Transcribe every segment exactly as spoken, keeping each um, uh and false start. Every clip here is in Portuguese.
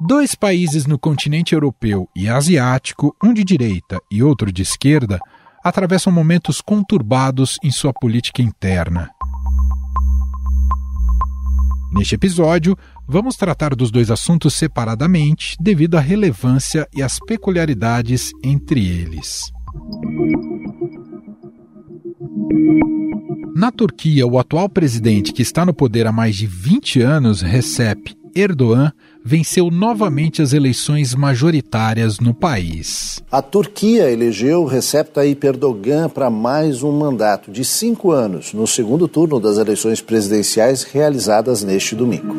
Dois países no continente europeu e asiático, um de direita e outro de esquerda, atravessam momentos conturbados em sua política interna. Neste episódio, vamos tratar dos dois assuntos separadamente, devido à relevância e às peculiaridades entre eles. Na Turquia, o atual presidente, que está no poder há mais de vinte anos, Recep Erdogan, venceu novamente as eleições majoritárias no país. A Turquia elegeu Recep Tayyip Erdogan para mais um mandato de cinco anos, no segundo turno das eleições presidenciais realizadas neste domingo.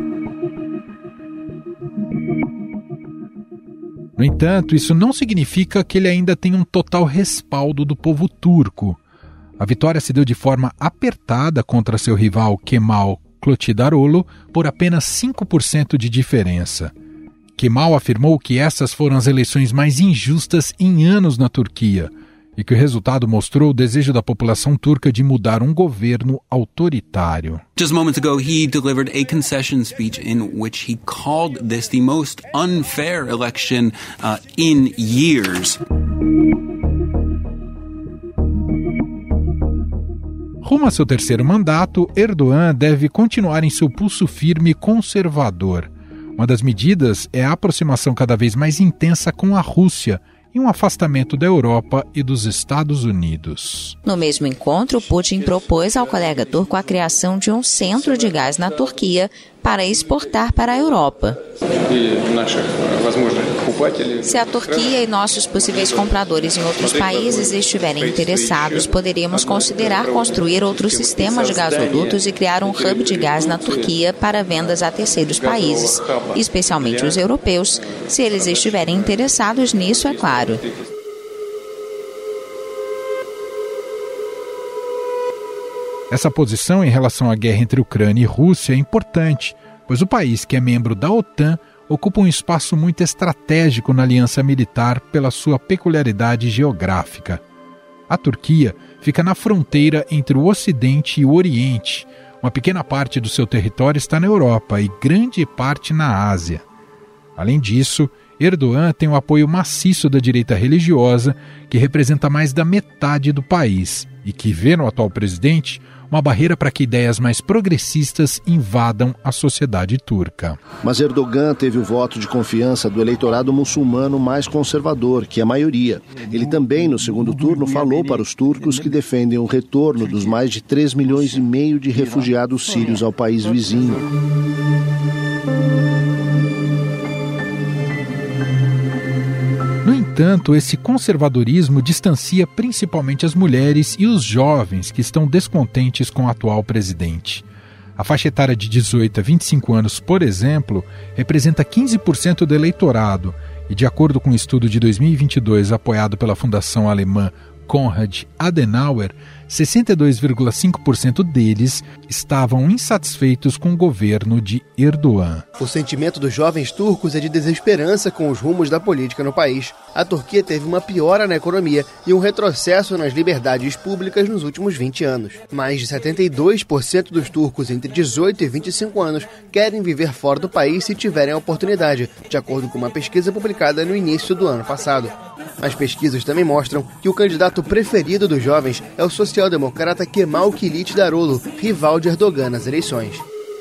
No entanto, isso não significa que ele ainda tem um total respaldo do povo turco. A vitória se deu de forma apertada contra seu rival Kemal Kılıçdaroğlu por apenas cinco por cento de diferença. Kemal afirmou que essas foram as eleições mais injustas em anos na Turquia e que o resultado mostrou o desejo da população turca de mudar um governo autoritário. Just moments ago, he delivered a concession speech in which he called this the most unfair election uh, in years. Rumo a seu terceiro mandato, Erdogan deve continuar em seu pulso firme conservador. Uma das medidas é a aproximação cada vez mais intensa com a Rússia e um afastamento da Europa e dos Estados Unidos. No mesmo encontro, Putin propôs ao colega turco a criação de um centro de gás na Turquia para exportar para a Europa. Se a Turquia e nossos possíveis compradores em outros países estiverem interessados, poderíamos considerar construir outros sistemas de gasodutos e criar um hub de gás na Turquia para vendas a terceiros países, especialmente os europeus, se eles estiverem interessados nisso, é claro. Essa posição em relação à guerra entre Ucrânia e Rússia é importante, pois o país, que é membro da OTAN, ocupa um espaço muito estratégico na aliança militar pela sua peculiaridade geográfica. A Turquia fica na fronteira entre o Ocidente e o Oriente. Uma pequena parte do seu território está na Europa e grande parte na Ásia. Além disso, Erdogan tem o apoio maciço da direita religiosa, que representa mais da metade do país e que vê no atual presidente uma barreira para que ideias mais progressistas invadam a sociedade turca. Mas Erdogan teve o voto de confiança do eleitorado muçulmano mais conservador, que é a maioria. Ele também, no segundo turno, falou para os turcos que defendem o retorno dos mais de três milhões e meio de refugiados sírios ao país vizinho. No entanto, esse conservadorismo distancia principalmente as mulheres e os jovens que estão descontentes com o atual presidente. A faixa etária de dezoito a vinte e cinco anos, por exemplo, representa quinze por cento do eleitorado e, de acordo com um estudo de dois mil e vinte e dois apoiado pela fundação alemã Konrad Adenauer, sessenta e dois vírgula cinco por cento deles estavam insatisfeitos com o governo de Erdogan. O sentimento dos jovens turcos é de desesperança com os rumos da política no país. A Turquia teve uma piora na economia e um retrocesso nas liberdades públicas nos últimos vinte anos. Mais de setenta e dois por cento dos turcos entre dezoito e vinte e cinco anos querem viver fora do país se tiverem a oportunidade, de acordo com uma pesquisa publicada no início do ano passado. As pesquisas também mostram que o candidato preferido dos jovens é o social-democrata Kemal Kılıçdaroğlu, rival de Erdogan nas eleições.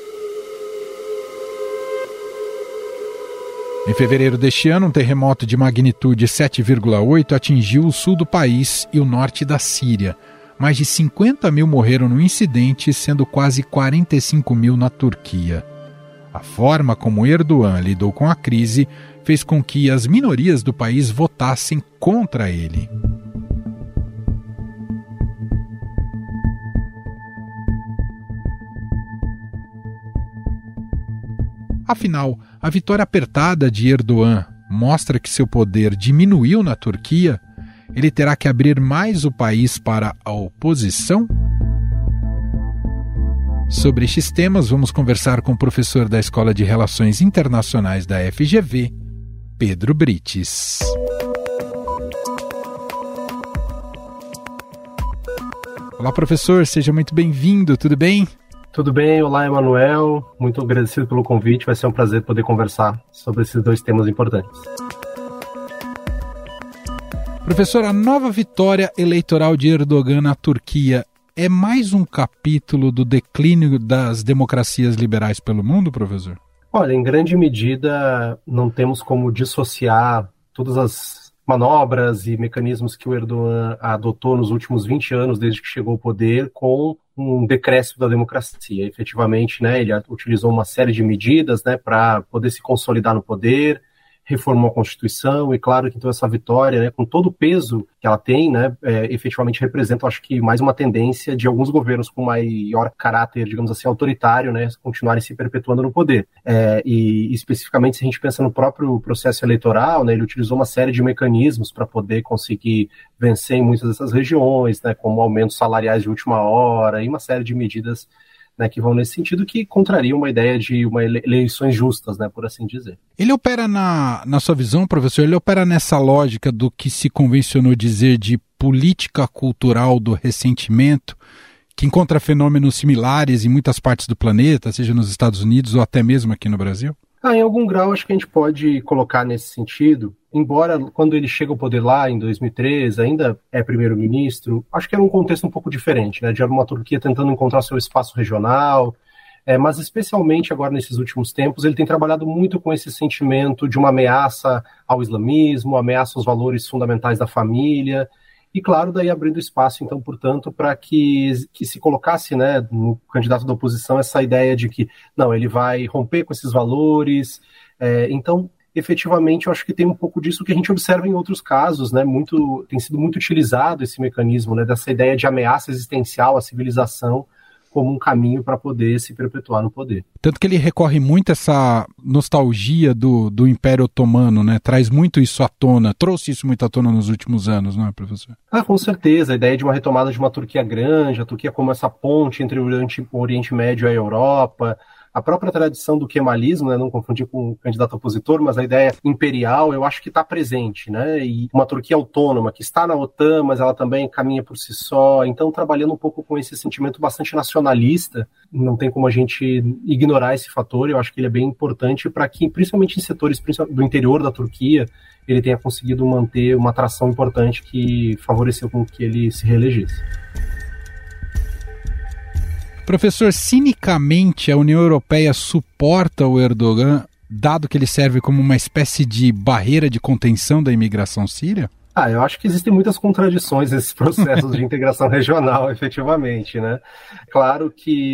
Em fevereiro deste ano, um terremoto de magnitude sete vírgula oito atingiu o sul do país e o norte da Síria. Mais de cinquenta mil morreram no incidente, sendo quase quarenta e cinco mil na Turquia. A forma como Erdogan lidou com a crise fez com que as minorias do país votassem contra ele. Afinal, a vitória apertada de Erdogan mostra que seu poder diminuiu na Turquia? Ele terá que abrir mais o país para a oposição? Sobre estes temas, vamos conversar com o professor da Escola de Relações Internacionais da F G V, Pedro Brites. Olá, professor, seja muito bem-vindo, tudo bem? Tudo bem? Olá, Emanuel. Muito agradecido pelo convite. Vai ser um prazer poder conversar sobre esses dois temas importantes. Professor, a nova vitória eleitoral de Erdogan na Turquia é mais um capítulo do declínio das democracias liberais pelo mundo, professor? Olha, em grande medida, não temos como dissociar todas as manobras e mecanismos que o Erdogan adotou nos últimos vinte anos, desde que chegou ao poder, com um decréscimo da democracia. Efetivamente, né, ele utilizou uma série de medidas, né, para poder se consolidar no poder, reformou a Constituição, e claro que então essa vitória, né, com todo o peso que ela tem, né, é, efetivamente representa, acho que, mais uma tendência de alguns governos com maior caráter, digamos assim, autoritário, né, continuarem se perpetuando no poder. É, e especificamente, se a gente pensa no próprio processo eleitoral, né, ele utilizou uma série de mecanismos para poder conseguir vencer em muitas dessas regiões, né, como aumentos salariais de última hora e uma série de medidas, né, que vão nesse sentido, que contrariam uma ideia de uma ele- eleições justas, né, por assim dizer. Ele opera, na, na sua visão, professor, ele opera nessa lógica do que se convencionou dizer de política cultural do ressentimento, que encontra fenômenos similares em muitas partes do planeta, seja nos Estados Unidos ou até mesmo aqui no Brasil? Ah, em algum grau, acho que a gente pode colocar nesse sentido, embora quando ele chega ao poder lá em dois mil e treze, ainda é primeiro-ministro, acho que era um contexto um pouco diferente, né, de uma Turquia tentando encontrar seu espaço regional, é, mas especialmente agora nesses últimos tempos, ele tem trabalhado muito com esse sentimento de uma ameaça ao islamismo, ameaça aos valores fundamentais da família, e claro, daí abrindo espaço, então, portanto, para que, que se colocasse, né, no candidato da oposição essa ideia de que, não, ele vai romper com esses valores. É, então, efetivamente, eu acho que tem um pouco disso que a gente observa em outros casos, né, muito, tem sido muito utilizado esse mecanismo, né, dessa ideia de ameaça existencial à civilização como um caminho para poder se perpetuar no poder. Tanto que ele recorre muito a essa nostalgia do, do Império Otomano, né? Traz muito isso à tona, trouxe isso muito à tona nos últimos anos, não é, professor? Ah, com certeza. A ideia de uma retomada de uma Turquia grande, a Turquia como essa ponte entre o Oriente, o Oriente Médio e a Europa, a própria tradição do kemalismo, né, não confundir com o candidato opositor, mas a ideia imperial, eu acho que está presente, né, e uma Turquia autônoma, que está na OTAN, mas ela também caminha por si só, então trabalhando um pouco com esse sentimento bastante nacionalista, não tem como a gente ignorar esse fator, eu acho que ele é bem importante para que, principalmente em setores do interior da Turquia, ele tenha conseguido manter uma atração importante que favoreceu com que ele se reelegesse. Professor, cinicamente a União Europeia suporta o Erdogan, dado que ele serve como uma espécie de barreira de contenção da imigração síria? Ah, eu acho que existem muitas contradições nesses processos de integração regional, efetivamente, né? Claro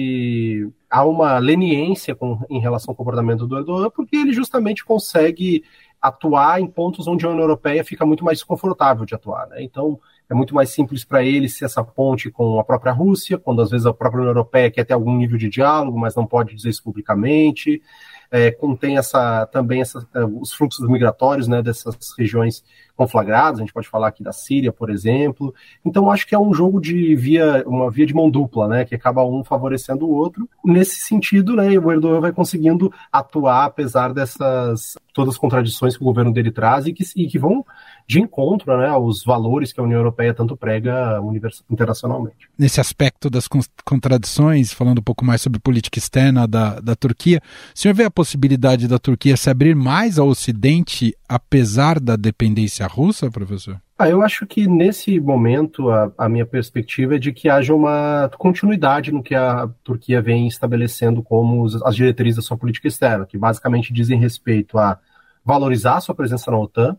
que há uma leniência com, em relação ao comportamento do Erdogan, porque ele justamente consegue atuar em pontos onde a União Europeia fica muito mais desconfortável de atuar, né? Então, é muito mais simples para ele ser essa ponte com a própria Rússia, quando às vezes a própria União Europeia quer ter algum nível de diálogo, mas não pode dizer isso publicamente. É, contém essa, também essa, os fluxos migratórios, né, dessas regiões conflagradas, a gente pode falar aqui da Síria, por exemplo. Então, acho que é um jogo de via, uma via de mão dupla, né, que acaba um favorecendo o outro. Nesse sentido, né, o Erdogan vai conseguindo atuar, apesar dessas todas as contradições que o governo dele traz e que, e que vão de encontro, né, aos valores que a União Europeia tanto prega internacionalmente. Nesse aspecto das contradições, falando um pouco mais sobre política externa da, da Turquia, o senhor vê a possibilidade da Turquia se abrir mais ao Ocidente, apesar da dependência russa, professor? Ah, eu acho que nesse momento a, a minha perspectiva é de que haja uma continuidade no que a Turquia vem estabelecendo como os, as diretrizes da sua política externa, que basicamente dizem respeito a valorizar a sua presença na OTAN.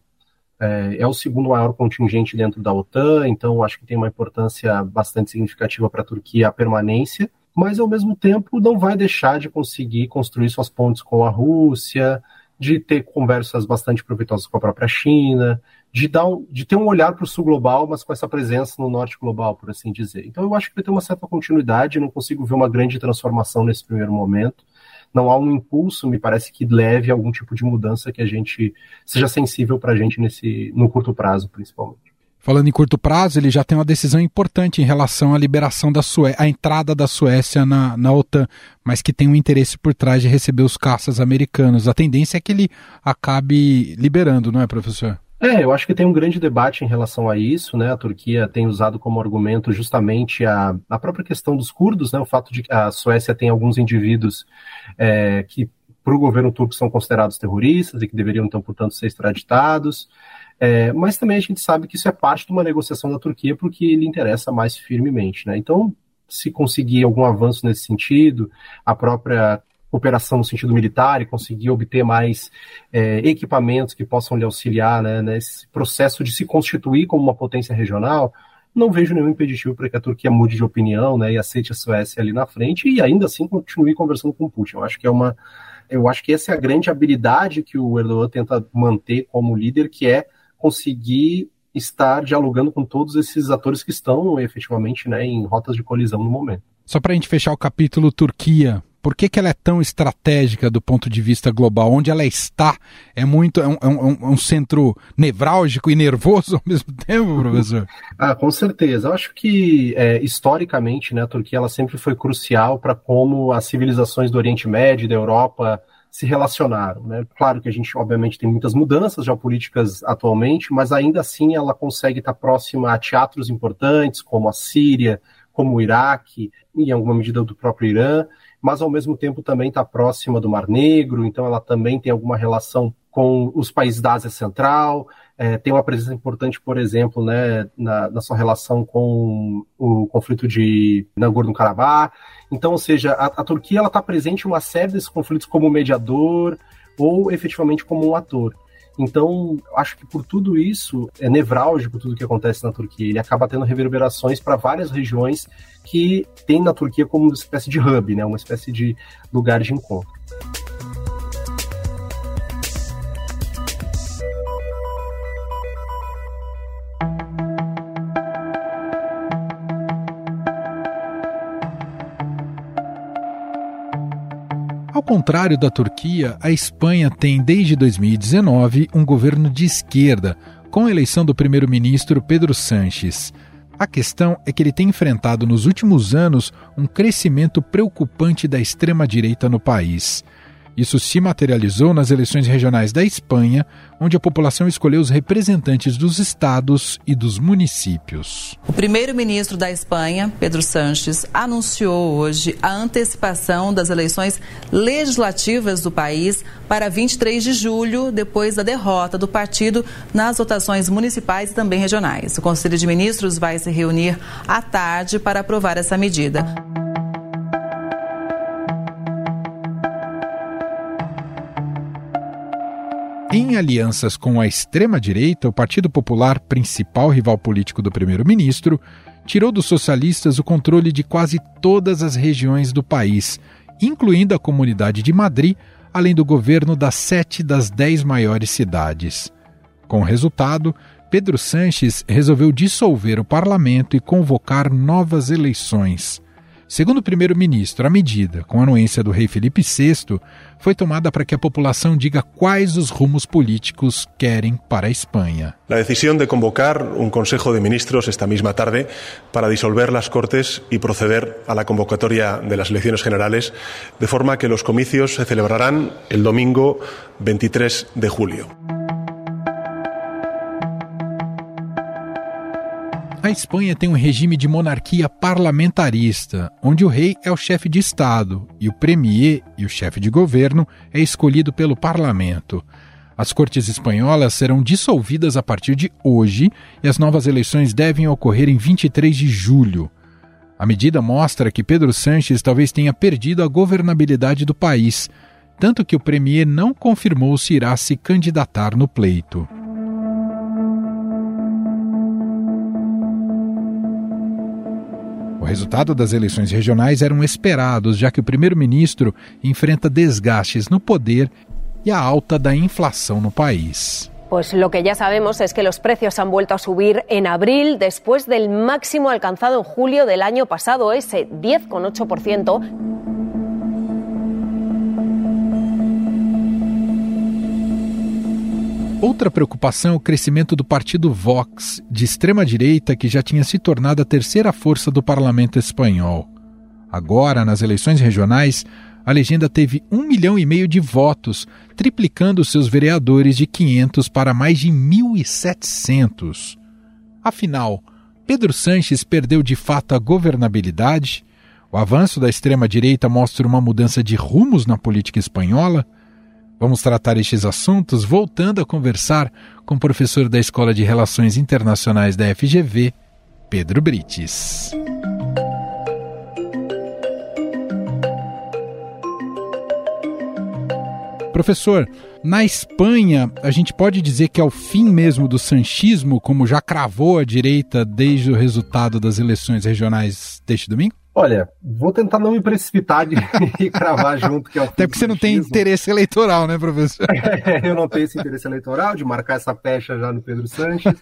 É, é o segundo maior contingente dentro da OTAN, então acho que tem uma importância bastante significativa para a Turquia a permanência, mas ao mesmo tempo não vai deixar de conseguir construir suas pontes com a Rússia, de ter conversas bastante proveitosas com a própria China, de, dar um, de ter um olhar para o sul global, mas com essa presença no norte global, por assim dizer. Então eu acho que vai ter uma certa continuidade, não consigo ver uma grande transformação nesse primeiro momento. Não há um impulso, me parece, que leve a algum tipo de mudança que a gente seja sensível para a gente nesse, no curto prazo, principalmente. Falando em curto prazo, ele já tem uma decisão importante em relação à liberação da Suécia, à entrada da Suécia na, na OTAN, mas que tem um interesse por trás de receber os caças americanos. A tendência é que ele acabe liberando, não é, professor? É, eu acho que tem um grande debate em relação a isso, né? A Turquia tem usado como argumento justamente a, a própria questão dos curdos, né? O fato de que a Suécia tem alguns indivíduos é, que, para o governo turco, são considerados terroristas e que deveriam, então, portanto, ser extraditados. É, mas também a gente sabe que isso é parte de uma negociação da Turquia porque lhe interessa mais firmemente, né? Então, se conseguir algum avanço nesse sentido, a própria cooperação no sentido militar e conseguir obter mais é, equipamentos que possam lhe auxiliar, né, nesse processo de se constituir como uma potência regional, não vejo nenhum impeditivo para que a Turquia mude de opinião, né, e aceite a Suécia ali na frente e ainda assim continue conversando com o Putin. Eu acho que é uma, eu acho que essa é a grande habilidade que o Erdogan tenta manter como líder, que é conseguir estar dialogando com todos esses atores que estão efetivamente, né, em rotas de colisão no momento. Só para a gente fechar o capítulo Turquia, por que que ela é tão estratégica do ponto de vista global? Onde ela está é muito é um, é um, é um centro nevrálgico e nervoso ao mesmo tempo, professor? Ah, com certeza. Eu acho que é, historicamente, né, a Turquia ela sempre foi crucial para como as civilizações do Oriente Médio e da Europa se relacionaram, né? Claro que a gente, obviamente, tem muitas mudanças geopolíticas atualmente, mas ainda assim ela consegue estar próxima a teatros importantes, como a Síria, como o Iraque, e em alguma medida do próprio Irã, mas ao mesmo tempo também está próxima do Mar Negro, então ela também tem alguma relação com os países da Ásia Central, é, tem uma presença importante, por exemplo, né, na, na sua relação com o conflito de Nagorno-Karabakh. Então, ou seja, a, a Turquia está presente em uma série desses conflitos como mediador ou efetivamente como um ator. Então, acho que por tudo isso, é nevrálgico tudo que acontece na Turquia. Ele acaba tendo reverberações para várias regiões que tem na Turquia como uma espécie de hub, né, uma espécie de lugar de encontro. Ao contrário da Turquia, a Espanha tem desde dois mil e dezenove um governo de esquerda, com a eleição do primeiro-ministro Pedro Sánchez. A questão é que ele tem enfrentado nos últimos anos um crescimento preocupante da extrema-direita no país. Isso se materializou nas eleições regionais da Espanha, onde a população escolheu os representantes dos estados e dos municípios. O primeiro-ministro da Espanha, Pedro Sánchez, anunciou hoje a antecipação das eleições legislativas do país para vinte e três de julho, depois da derrota do partido nas votações municipais e também regionais. O Conselho de Ministros vai se reunir à tarde para aprovar essa medida. Em alianças com a extrema-direita, o Partido Popular, principal rival político do primeiro-ministro, tirou dos socialistas o controle de quase todas as regiões do país, incluindo a Comunidade de Madrid, além do governo das sete das dez maiores cidades. Com o resultado, Pedro Sánchez resolveu dissolver o parlamento e convocar novas eleições. Segundo o primeiro-ministro, a medida, com a anuência do rei Felipe sexto, foi tomada para que a população diga quais os rumos políticos querem para a Espanha. La decisión de convocar un Consejo de Ministros esta misma tarde para disolver las Cortes y proceder a la convocatoria de las elecciones generales, de forma que los comicios se celebrarán el domingo veintitrés de julio. A Espanha tem um regime de monarquia parlamentarista, onde o rei é o chefe de Estado e o premier e o chefe de governo é escolhido pelo parlamento. As cortes espanholas serão dissolvidas a partir de hoje e as novas eleições devem ocorrer em vinte e três de julho. A medida mostra que Pedro Sánchez talvez tenha perdido a governabilidade do país, tanto que o premier não confirmou se irá se candidatar no pleito. O resultado das eleições regionais eram esperados, já que o primeiro-ministro enfrenta desgastes no poder e a alta da inflação no país. Pues lo que ya sabemos es que los precios han vuelto a subir en abril después del máximo alcanzado en julio del año pasado, ese diez coma ocho por ciento. Outra preocupação é o crescimento do partido Vox, de extrema-direita, que já tinha se tornado a terceira força do parlamento espanhol. Agora, nas eleições regionais, a a legenda teve um milhão e meio de votos, triplicando seus vereadores de quinhentos para mais de mil e setecentos. Afinal, Pedro Sánchez perdeu de fato a governabilidade? O avanço da extrema-direita mostra uma mudança de rumos na política espanhola? Vamos tratar estes assuntos voltando a conversar com o professor da Escola de Relações Internacionais da F G V, Pedro Brites. Professor, na Espanha, a gente pode dizer que é o fim mesmo do sanchismo, como já cravou a direita desde o resultado das eleições regionais deste domingo? Olha, vou tentar não me precipitar de cravar junto que é o fim. Até porque você não tem interesse eleitoral, né, professor? É, eu não tenho esse interesse eleitoral de marcar essa pecha já no Pedro Sánchez,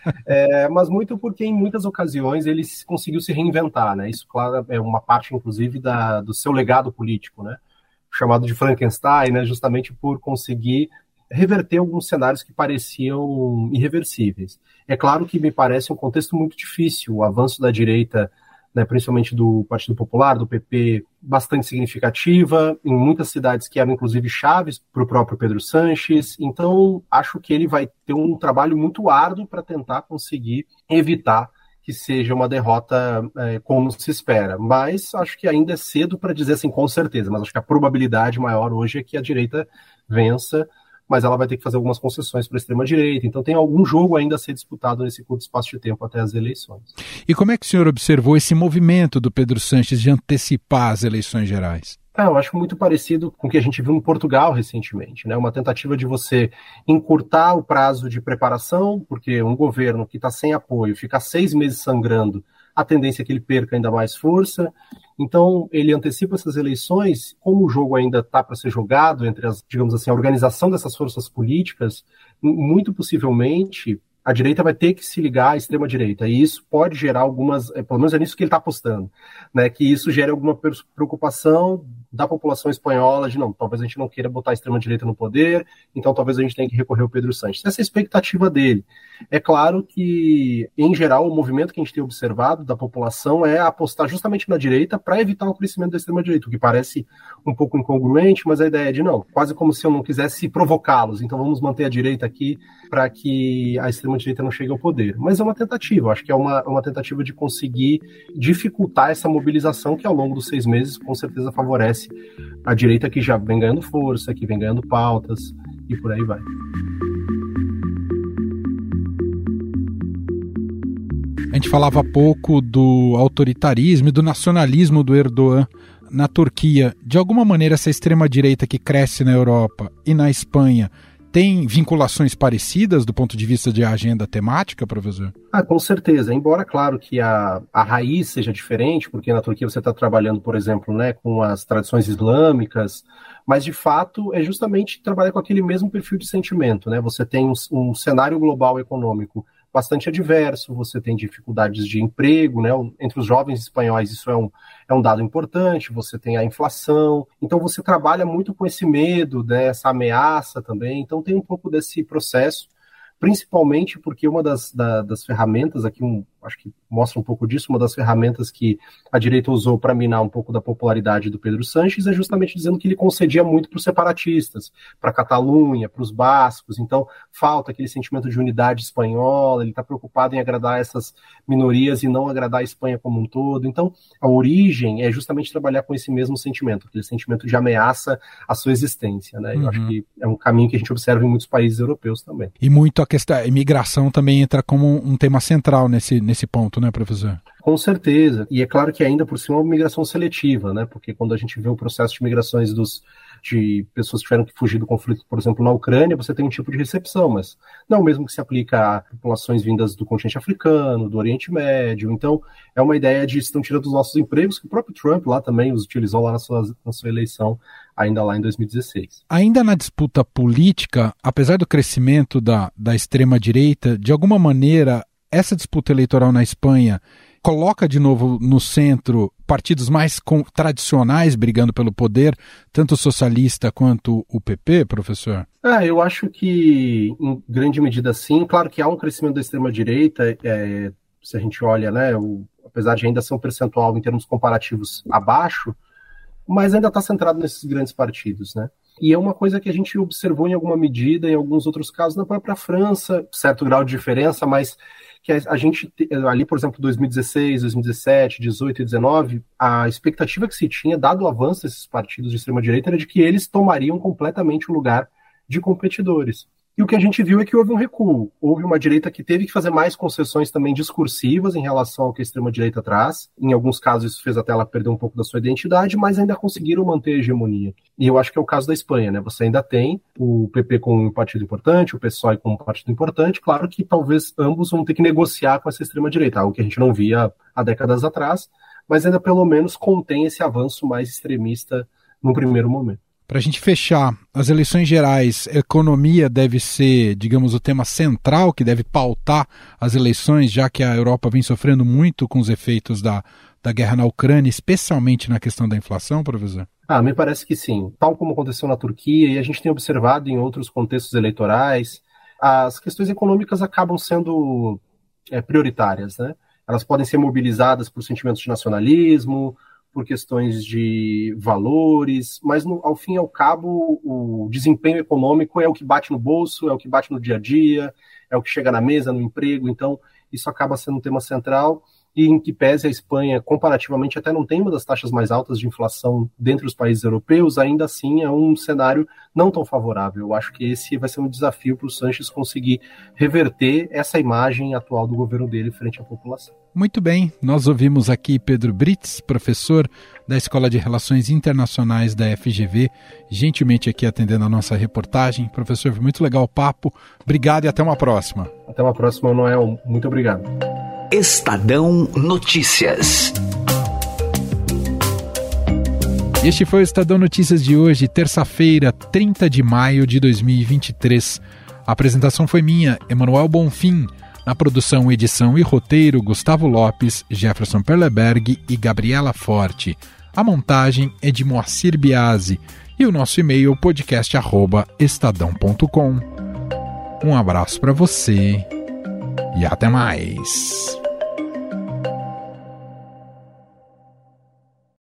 é, mas muito porque em muitas ocasiões ele conseguiu se reinventar, né? Isso, claro, é uma parte, inclusive, da, do seu legado político, né? Chamado de Frankenstein, né, justamente por conseguir reverter alguns cenários que pareciam irreversíveis. É claro que me parece um contexto muito difícil, o avanço da direita, né, principalmente do Partido Popular, do P P, bastante significativa, em muitas cidades que eram inclusive chaves para o próprio Pedro Sánchez. Então, acho que ele vai ter um trabalho muito árduo para tentar conseguir evitar que seja uma derrota é, como se espera. Mas acho que ainda é cedo para dizer assim com certeza, mas acho que a probabilidade maior hoje é que a direita vença, mas ela vai ter que fazer algumas concessões para a extrema-direita. Então tem algum jogo ainda a ser disputado nesse curto espaço de tempo até as eleições. E como é que o senhor observou esse movimento do Pedro Sánchez de antecipar as eleições gerais? Ah, eu acho muito parecido com o que a gente viu em Portugal recentemente, né? Uma tentativa de você encurtar o prazo de preparação, porque um governo que está sem apoio, fica seis meses sangrando, a tendência é que ele perca ainda mais força. Então, ele antecipa essas eleições, como o jogo ainda está para ser jogado entre as, digamos assim, a organização dessas forças políticas, muito possivelmente a direita vai ter que se ligar à extrema-direita, e isso pode gerar algumas, pelo menos é nisso que ele está apostando, né, que isso gere alguma preocupação da população espanhola de, não, talvez a gente não queira botar a extrema-direita no poder, então talvez a gente tenha que recorrer ao Pedro Sánchez. Essa é a expectativa dele. É claro que, em geral, o movimento que a gente tem observado da população é apostar justamente na direita para evitar o crescimento da extrema-direita, o que parece um pouco incongruente, mas a ideia é de, não, quase como se eu não quisesse provocá-los, então vamos manter a direita aqui para que a extrema-direita não chegue ao poder. Mas é uma tentativa, acho que é uma, uma tentativa de conseguir dificultar essa mobilização que ao longo dos seis meses com certeza favorece a direita, que já vem ganhando força, que vem ganhando pautas e por aí vai. A gente falava há pouco do autoritarismo e do nacionalismo do Erdogan na Turquia. De alguma maneira, essa extrema-direita que cresce na Europa e na Espanha tem vinculações parecidas do ponto de vista de agenda temática, professor? Ah, com certeza. Embora, claro, que a, a raiz seja diferente, porque na Turquia você está trabalhando, por exemplo, né, com as tradições islâmicas, mas, de fato, é justamente trabalhar com aquele mesmo perfil de sentimento, né? Você tem um, um cenário global econômico bastante adverso, você tem dificuldades de emprego, né? Entre os jovens espanhóis isso é um, é um dado importante, você tem a inflação, então você trabalha muito com esse medo, né? Essa ameaça também, então tem um pouco desse processo, principalmente porque uma das, da, das ferramentas, aqui um, acho que mostra um pouco disso, uma das ferramentas que a direita usou para minar um pouco da popularidade do Pedro Sánchez é justamente dizendo que ele concedia muito para os separatistas, para a Catalunha, para os bascos, então falta aquele sentimento de unidade espanhola, ele está preocupado em agradar essas minorias e não agradar a Espanha como um todo, então a origem é justamente trabalhar com esse mesmo sentimento, aquele sentimento de ameaça à sua existência, né? Uhum. Eu acho que é um caminho que a gente observa em muitos países europeus também. E muito a questão, a imigração também entra como um tema central nesse, nesse ponto, né, professor? Com certeza. E é claro que ainda por cima é uma migração seletiva, né? Porque quando a gente vê o processo de migrações dos, de pessoas que tiveram que fugir do conflito, por exemplo, na Ucrânia, você tem um tipo de recepção, mas não o mesmo que se aplica a populações vindas do continente africano, do Oriente Médio. Então, é uma ideia de estão tirando os nossos empregos, que o próprio Trump lá também os utilizou lá na sua, na sua eleição, ainda lá em dois mil e dezesseis. Ainda na disputa política, apesar do crescimento da, da extrema-direita, de alguma maneira, essa disputa eleitoral na Espanha coloca de novo no centro partidos mais com, tradicionais brigando pelo poder, tanto o socialista quanto o P P, professor? Ah, eu acho que, em grande medida, sim. Claro que há um crescimento da extrema-direita, é, se a gente olha, né, o, apesar de ainda ser um percentual em termos comparativos abaixo, mas ainda está centrado nesses grandes partidos, né? E é uma coisa que a gente observou em alguma medida em alguns outros casos na própria França, certo grau de diferença, mas que a gente, ali, por exemplo, dois mil e dezesseis, dois mil e dezessete, dezoito e dezenove, a expectativa que se tinha, dado o avanço desses partidos de extrema-direita, era de que eles tomariam completamente o lugar de competidores. E o que a gente viu é que houve um recuo. Houve uma direita que teve que fazer mais concessões também discursivas em relação ao que a extrema-direita traz. Em alguns casos isso fez até ela perder um pouco da sua identidade, mas ainda conseguiram manter a hegemonia. E eu acho que é o caso da Espanha, né? Você ainda tem o P P como um partido importante, o P SOE como um partido importante. Claro que talvez ambos vão ter que negociar com essa extrema-direita, algo que a gente não via há décadas atrás, mas ainda pelo menos contém esse avanço mais extremista no primeiro momento. Para a gente fechar, as eleições gerais, economia deve ser, digamos, o tema central que deve pautar as eleições, já que a Europa vem sofrendo muito com os efeitos da, da guerra na Ucrânia, especialmente na questão da inflação, professor? Ah, me parece que sim. Tal como aconteceu na Turquia, e a gente tem observado em outros contextos eleitorais, as questões econômicas acabam sendo é, prioritárias, né? Elas podem ser mobilizadas por sentimentos de nacionalismo, por questões de valores, mas no, ao fim e ao cabo o desempenho econômico é o que bate no bolso, é o que bate no dia a dia, é o que chega na mesa, no emprego, então isso acaba sendo um tema central e em que pese a Espanha comparativamente até não tem uma das taxas mais altas de inflação dentre os países europeus, ainda assim é um cenário não tão favorável. Eu acho que esse vai ser um desafio para o Sánchez conseguir reverter essa imagem atual do governo dele frente à população. Muito bem, nós ouvimos aqui Pedro Brits, professor da Escola de Relações Internacionais da F G V, gentilmente aqui atendendo a nossa reportagem. Professor, muito legal o papo, obrigado e até uma próxima. Até uma próxima, Noel, muito obrigado. Estadão Notícias. Este foi o Estadão Notícias de hoje, terça-feira, trinta de maio de dois mil e vinte e três. A apresentação foi minha, Emanuel Bonfim. Na produção, edição e roteiro, Gustavo Lopes, Jefferson Perleberg e Gabriela Forte. A montagem é de Moacir Biasi. E o nosso e-mail, podcast arroba estadão ponto com. Um abraço para você e até mais.